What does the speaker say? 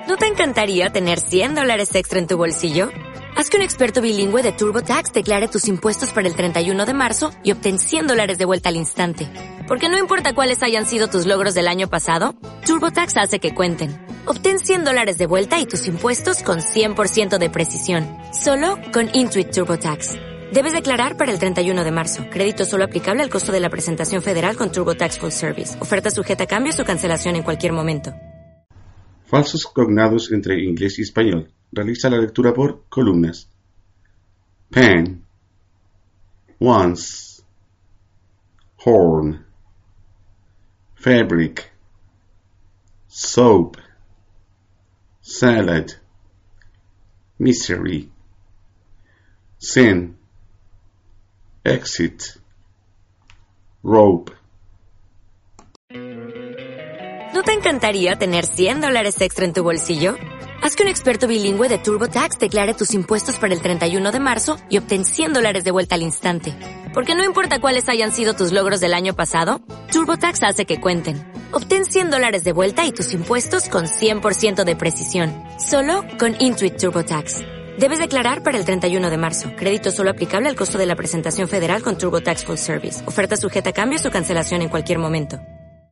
¿No te encantaría tener $100 extra en tu bolsillo? Haz que un experto bilingüe de TurboTax declare tus impuestos para el 31 de marzo y obtén $100 de vuelta al instante. Porque no importa cuáles hayan sido tus logros del año pasado, TurboTax hace que cuenten. Obtén $100 de vuelta y tus impuestos con 100% de precisión. Solo con Intuit TurboTax. Debes declarar para el 31 de marzo. Crédito solo aplicable al costo de la presentación federal con TurboTax Full Service. Oferta sujeta a cambios o cancelación en cualquier momento. Falsos cognados entre inglés y español. Realiza la lectura por columnas. Pen, once, horn, fabric, soap, salad, misery, sin, exit, rope. ¿No te encantaría tener $100 extra en tu bolsillo? Haz que un experto bilingüe de TurboTax declare tus impuestos para el 31 de marzo y obtén $100 de vuelta al instante. Porque no importa cuáles hayan sido tus logros del año pasado, TurboTax hace que cuenten. Obtén $100 de vuelta y tus impuestos con 100% de precisión. Solo con Intuit TurboTax. Debes declarar para el 31 de marzo. Crédito solo aplicable al costo de la presentación federal con TurboTax Full Service. Oferta sujeta a cambios o cancelación en cualquier momento.